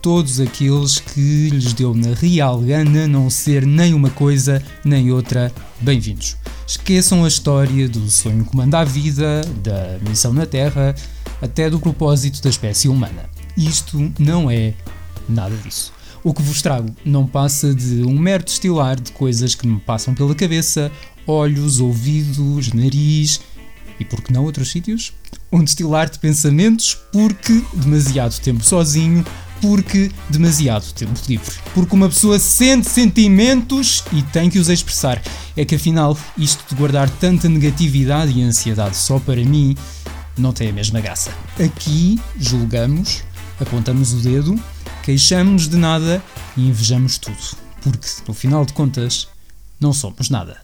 todos aqueles que lhes deu na real gana não ser nem uma coisa nem outra, bem-vindos. Esqueçam a história do sonho que comanda a vida, da missão na Terra, até do propósito da espécie humana. Isto não é nada disso. O que vos trago não passa de um mero destilar de coisas que me passam pela cabeça, olhos, ouvidos, nariz e, por que não, outros sítios? Um destilar de pensamentos porque demasiado tempo sozinho, porque demasiado tempo livre. Porque uma pessoa sente sentimentos e tem que os expressar. É que afinal, isto de guardar tanta negatividade e ansiedade só para mim não tem a mesma graça. Aqui julgamos, apontamos o dedo, queixamos-nos de nada e invejamos tudo. Porque, no final de contas, não somos nada.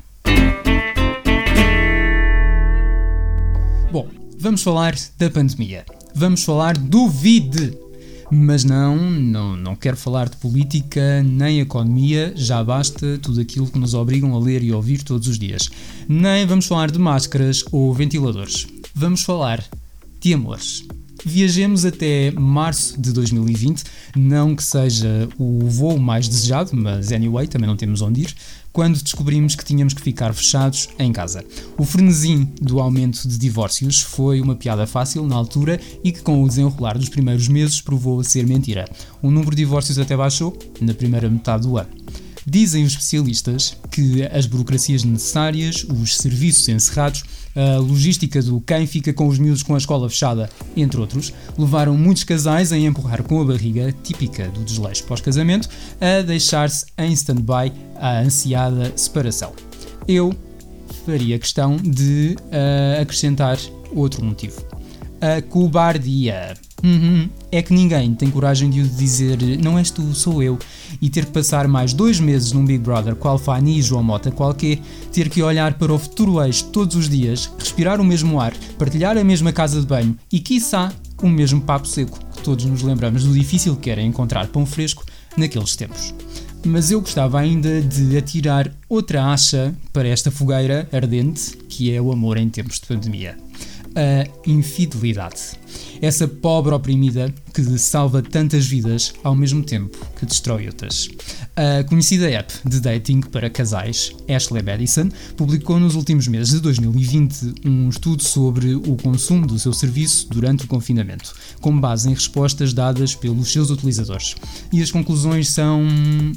Bom, vamos falar da pandemia. Vamos falar do Covid. Mas não quero falar de política nem economia, já basta tudo aquilo que nos obrigam a ler e ouvir todos os dias. Nem vamos falar de máscaras ou ventiladores. Vamos falar de amores. Viajemos até março de 2020, não que seja o voo mais desejado, mas anyway, também não temos onde ir, quando descobrimos que tínhamos que ficar fechados em casa. O frenesim do aumento de divórcios foi uma piada fácil na altura e que com o desenrolar dos primeiros meses provou a ser mentira. O número de divórcios até baixou na primeira metade do ano. Dizem os especialistas que as burocracias necessárias, os serviços encerrados, a logística do quem fica com os miúdos com a escola fechada, entre outros, levaram muitos casais a empurrar com a barriga, típica do desleixo pós-casamento, a deixar-se em stand-by a ansiada separação. Eu faria questão de acrescentar outro motivo. A cobardia. É que ninguém tem coragem de o dizer não és tu, sou eu, e ter que passar mais 2 meses num Big Brother qual Fanny e João Mota qualquer, ter que olhar para o futuro ex todos os dias, respirar o mesmo ar, partilhar a mesma casa de banho e, quiçá, o mesmo papo seco, que todos nos lembramos do difícil que era encontrar pão fresco naqueles tempos. Mas eu gostava ainda de atirar outra acha para esta fogueira ardente, que é o amor em tempos de pandemia. A infidelidade. Essa pobre oprimida que salva tantas vidas ao mesmo tempo que destrói outras. A conhecida app de dating para casais, Ashley Madison, publicou nos últimos meses de 2020 um estudo sobre o consumo do seu serviço durante o confinamento, com base em respostas dadas pelos seus utilizadores. E as conclusões são...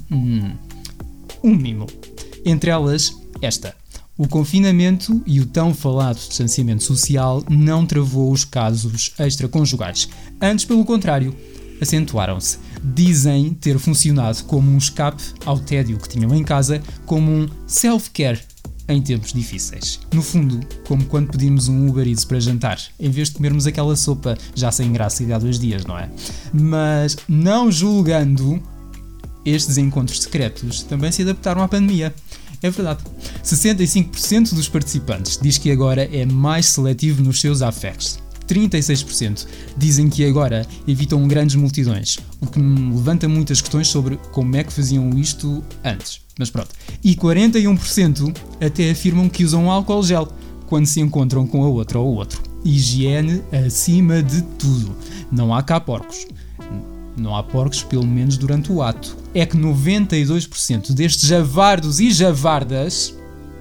um mimo. Entre elas, esta. O confinamento e o tão falado distanciamento social não travou os casos extraconjugais. Antes, pelo contrário, acentuaram-se. Dizem ter funcionado como um escape ao tédio que tinham em casa, como um self-care em tempos difíceis. No fundo, como quando pedimos um Uber Eats para jantar, em vez de comermos aquela sopa já sem graça e de há 2 dias, não é? Mas, não julgando, estes encontros secretos também se adaptaram à pandemia. É verdade. 65% dos participantes diz que agora é mais seletivo nos seus affects. 36% dizem que agora evitam grandes multidões, o que me levanta muitas questões sobre como é que faziam isto antes. Mas pronto. E 41% até afirmam que usam álcool gel quando se encontram com a outra ou outro. Higiene acima de tudo. Não há cá porcos. Não há porcos, pelo menos durante o ato. É que 92% destes javardos e javardas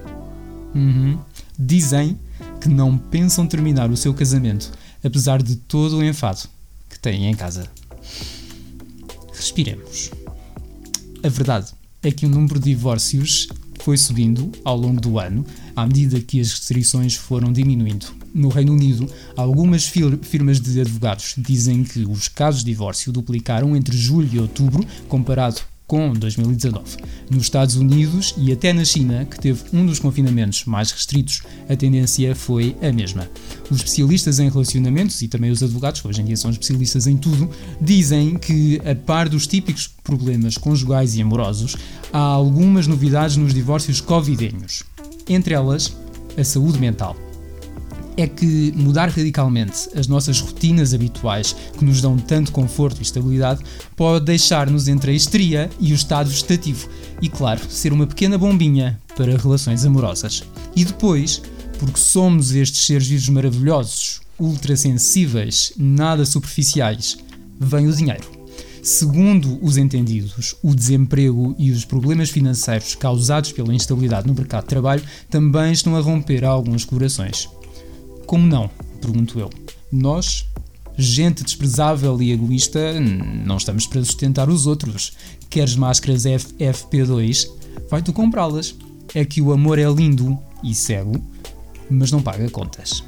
dizem que não pensam terminar o seu casamento, apesar de todo o enfado que têm em casa. Respiremos. A verdade é que o número de divórcios foi subindo ao longo do ano, à medida que as restrições foram diminuindo. No Reino Unido, algumas firmas de advogados dizem que os casos de divórcio duplicaram entre julho e outubro, comparado com 2019. Nos Estados Unidos e até na China, que teve um dos confinamentos mais restritos, a tendência foi a mesma. Os especialistas em relacionamentos e também os advogados, que hoje em dia são especialistas em tudo, dizem que, a par dos típicos problemas conjugais e amorosos, há algumas novidades nos divórcios covidenhos. Entre elas, a saúde mental. É que mudar radicalmente as nossas rotinas habituais, que nos dão tanto conforto e estabilidade, pode deixar-nos entre a histeria e o estado vegetativo e, claro, ser uma pequena bombinha para relações amorosas. E depois, porque somos estes seres vivos maravilhosos, ultrassensíveis, nada superficiais, vem o dinheiro. Segundo os entendidos, o desemprego e os problemas financeiros causados pela instabilidade no mercado de trabalho também estão a romper alguns corações. Como não? Pergunto eu. Nós, gente desprezável e egoísta, não estamos para sustentar os outros. Queres máscaras FFP2? Vai tu comprá-las. É que o amor é lindo e cego, mas não paga contas.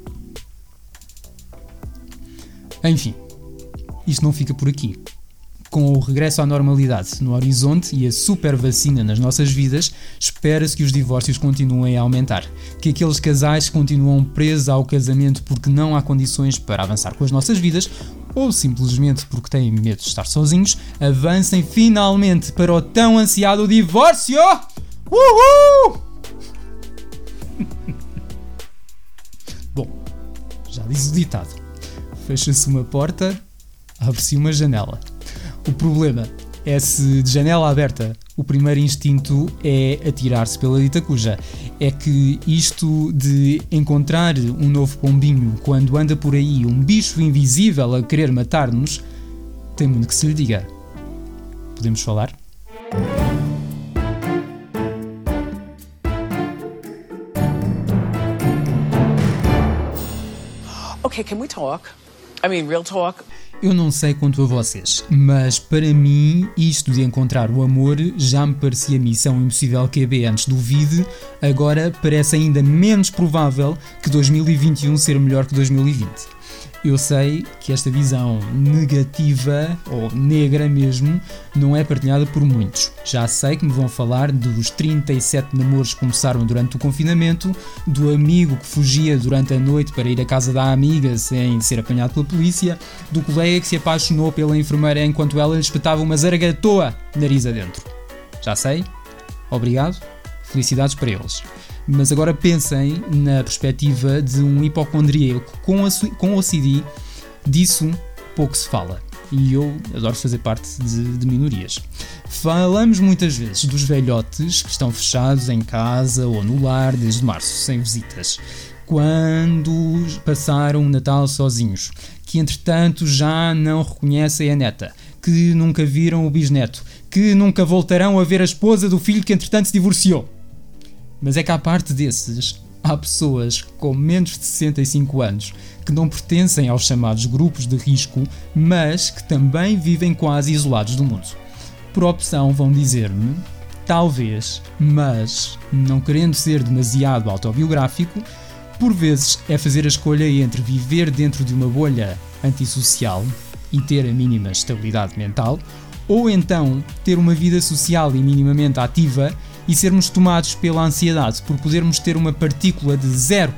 Enfim, isto não fica por aqui. Com o regresso à normalidade no horizonte e a super vacina nas nossas vidas, espera-se que os divórcios continuem a aumentar. Que aqueles casais que continuam presos ao casamento porque não há condições para avançar com as nossas vidas, ou simplesmente porque têm medo de estar sozinhos, avancem finalmente para o tão ansiado divórcio! Uhul! Bom, já diz o ditado. Fecha-se uma porta, abre-se uma janela. O problema é se de janela aberta o primeiro instinto é atirar-se pela dita cuja. É que isto de encontrar um novo pombinho quando anda por aí um bicho invisível a querer matar-nos, tem muito que se lhe diga. Podemos falar? Okay, can we talk? I mean, real talk. Eu não sei quanto a vocês, mas para mim isto de encontrar o amor já me parecia missão impossível QB antes do Vide, agora parece ainda menos provável que 2021 ser melhor que 2020. Eu sei que esta visão negativa, ou negra mesmo, não é partilhada por muitos. Já sei que me vão falar dos 37 namoros que começaram durante o confinamento, do amigo que fugia durante a noite para ir à casa da amiga sem ser apanhado pela polícia, do colega que se apaixonou pela enfermeira enquanto ela lhe espetava uma zaragatoa nariz adentro. Já sei. Obrigado. Felicidades para eles. Mas agora pensem na perspectiva de um hipocondríaco com OCD, disso pouco se fala. E eu adoro fazer parte de minorias. Falamos muitas vezes dos velhotes que estão fechados em casa ou no lar desde março, sem visitas. Quando passaram o Natal sozinhos, que entretanto já não reconhecem a neta, que nunca viram o bisneto, que nunca voltarão a ver a esposa do filho que entretanto se divorciou. Mas é que à parte desses, há pessoas com menos de 65 anos que não pertencem aos chamados grupos de risco, mas que também vivem quase isolados do mundo. Por opção vão dizer-me, talvez, mas, não querendo ser demasiado autobiográfico, por vezes é fazer a escolha entre viver dentro de uma bolha antissocial e ter a mínima estabilidade mental, ou então ter uma vida social e minimamente ativa e sermos tomados pela ansiedade por podermos ter uma partícula de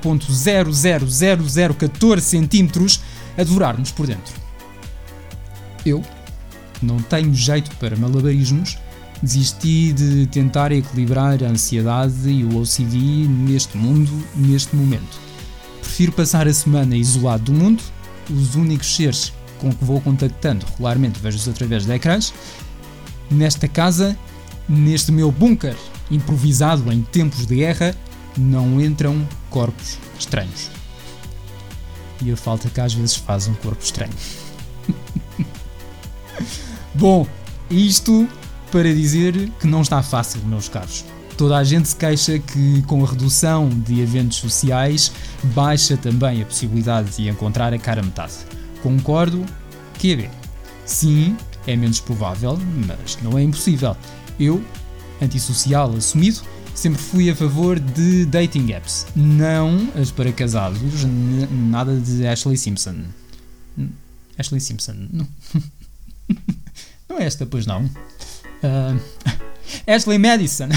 0.000014 centímetros a devorar-nos por dentro. Eu não tenho jeito para malabarismos, desisti de tentar equilibrar a ansiedade e o OCD neste mundo, neste momento. Prefiro passar a semana isolado do mundo, os únicos seres com que vou contactando regularmente vejo-os através de ecrãs, nesta casa, neste meu bunker improvisado em tempos de guerra, não entram corpos estranhos. E a falta que às vezes faz um corpo estranho. Bom, isto para dizer que não está fácil, meus caros. Toda a gente se queixa que com a redução de eventos sociais baixa também a possibilidade de encontrar a cara metade. Concordo que é bem. Sim, é menos provável, mas não é impossível. Eu, antissocial assumido, sempre fui a favor de dating apps. Não as para casados, nada de Ashley Simpson. Ashley Simpson, não. Não é esta, pois não. Ashley Madison.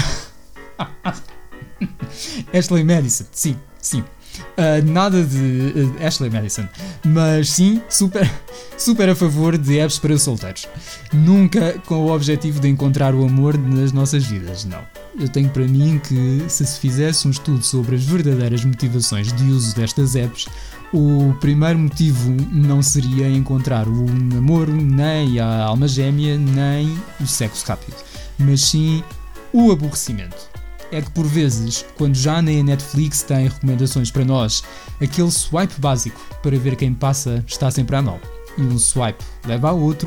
Ashley Madison, sim. Nada de Ashley Madison, mas sim, super a favor de apps para solteiros. Nunca com o objetivo de encontrar o amor nas nossas vidas, não. Eu tenho para mim que se fizesse um estudo sobre as verdadeiras motivações de uso destas apps, o primeiro motivo não seria encontrar o namoro, nem a alma gêmea, nem o sexo rápido, mas sim o aborrecimento. É que por vezes, quando já nem a Netflix tem recomendações para nós, aquele swipe básico para ver quem passa está sempre à mão. E um swipe leva a outro,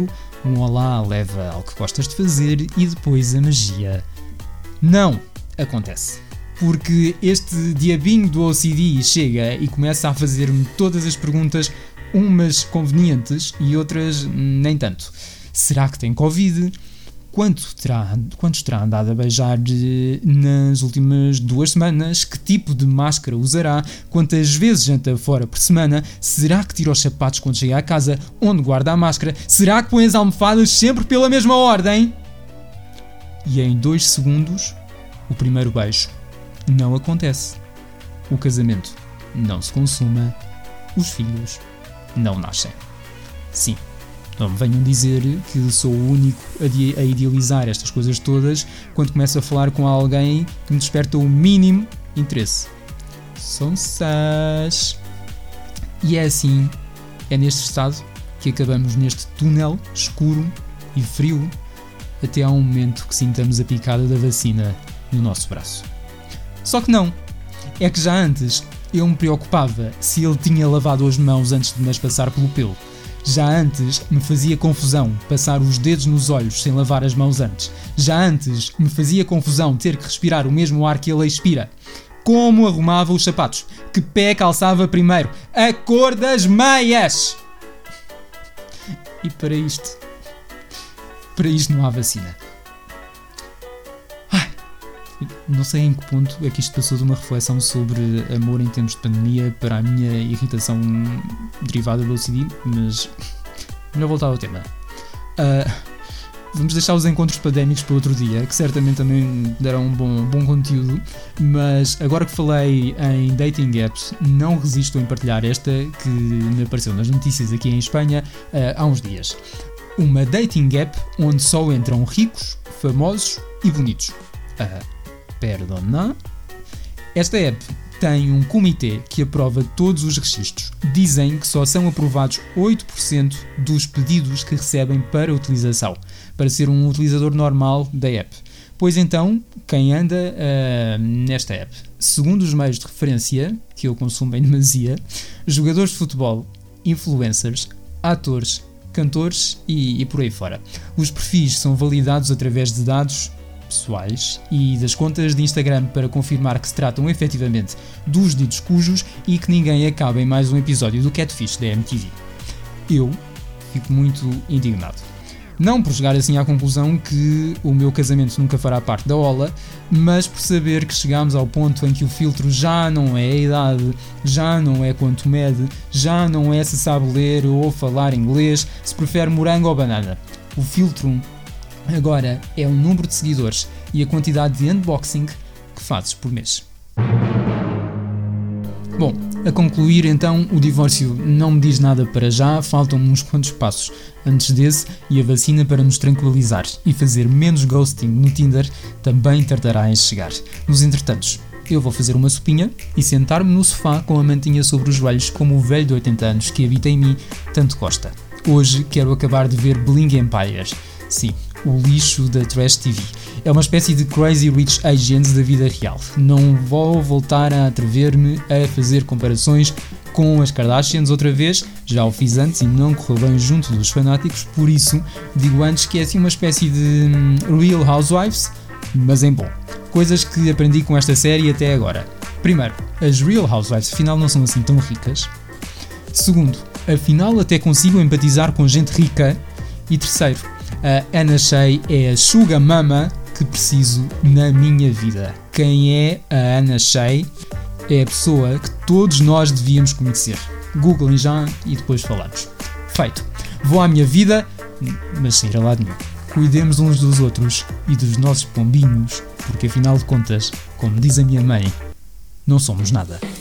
um olá leva ao que gostas de fazer e depois a magia não acontece. Porque este diabinho do OCD chega e começa a fazer-me todas as perguntas, umas convenientes e outras nem tanto. Será que tem Covid? Quantos terá andado a beijar nas últimas 2 semanas? Que tipo de máscara usará? Quantas vezes janta fora por semana? Será que tira os sapatos quando chega à casa? Onde guarda a máscara? Será que põe as almofadas sempre pela mesma ordem? E em 2 segundos, o primeiro beijo não acontece. O casamento não se consuma. Os filhos não nascem. Sim, não me venham dizer que sou o único a idealizar estas coisas todas quando começo a falar com alguém que me desperta o mínimo interesse. São sás. E é assim, é neste estado que acabamos neste túnel escuro e frio até ao momento que sintamos a picada da vacina no nosso braço. Só que não. É que já antes eu me preocupava se ele tinha lavado as mãos antes de me as passar pelo pelo. Já antes me fazia confusão passar os dedos nos olhos sem lavar as mãos antes. Já antes me fazia confusão ter que respirar o mesmo ar que ele expira. Como arrumava os sapatos? Que pé calçava primeiro? A cor das meias! E para isto não há vacina. Não sei em que ponto é que isto passou de uma reflexão sobre amor em tempos de pandemia para a minha irritação derivada do OCD, mas melhor voltar ao tema. Vamos deixar os encontros pandémicos para outro dia, que certamente também darão um bom conteúdo, mas agora que falei em dating apps, não resisto em partilhar esta que me apareceu nas notícias aqui em Espanha há uns dias. Uma dating app onde só entram ricos, famosos e bonitos. Perdona. Esta app tem um comitê que aprova todos os registros. Dizem que só são aprovados 8% dos pedidos que recebem para utilização, para ser um utilizador normal da app. Pois então, quem anda nesta app? Segundo os meios de referência, que eu consumo em demasia, jogadores de futebol, influencers, atores, cantores e por aí fora. Os perfis são validados através de dados pessoais e das contas de Instagram para confirmar que se tratam efetivamente dos ditos cujos e que ninguém acaba em mais um episódio do Catfish da MTV. Eu fico muito indignado. Não por chegar assim à conclusão que o meu casamento nunca fará parte da ola, mas por saber que chegamos ao ponto em que o filtro já não é a idade, já não é quanto mede, já não é se sabe ler ou falar inglês, se prefere morango ou banana. O filtro agora é o número de seguidores e a quantidade de unboxing que fazes por mês. Bom, a concluir então, o divórcio não me diz nada para já, faltam uns quantos passos antes desse e a vacina para nos tranquilizar e fazer menos ghosting no Tinder também tardará em chegar. Nos entretantos, eu vou fazer uma sopinha e sentar-me no sofá com a mantinha sobre os joelhos como o velho de 80 anos que habita em mim tanto gosta. Hoje quero acabar de ver Bling Empires. Sim, o lixo da Trash TV. É uma espécie de Crazy Rich Asians da vida real. Não vou voltar a atrever-me a fazer comparações com as Kardashians outra vez, já o fiz antes e não correu bem junto dos fanáticos, por isso digo antes que é assim uma espécie de Real Housewives, mas em bom. Coisas que aprendi com esta série até agora. Primeiro, as Real Housewives afinal não são assim tão ricas. Segundo, afinal até consigo empatizar com gente rica. E terceiro, a Anna Shea é a sugar mama que preciso na minha vida. Quem é a Anna Shea? É a pessoa que todos nós devíamos conhecer. Googlem já e depois falamos. Feito. Vou à minha vida, mas sem ir a lado nenhum. Cuidemos uns dos outros e dos nossos pombinhos, porque afinal de contas, como diz a minha mãe, não somos nada.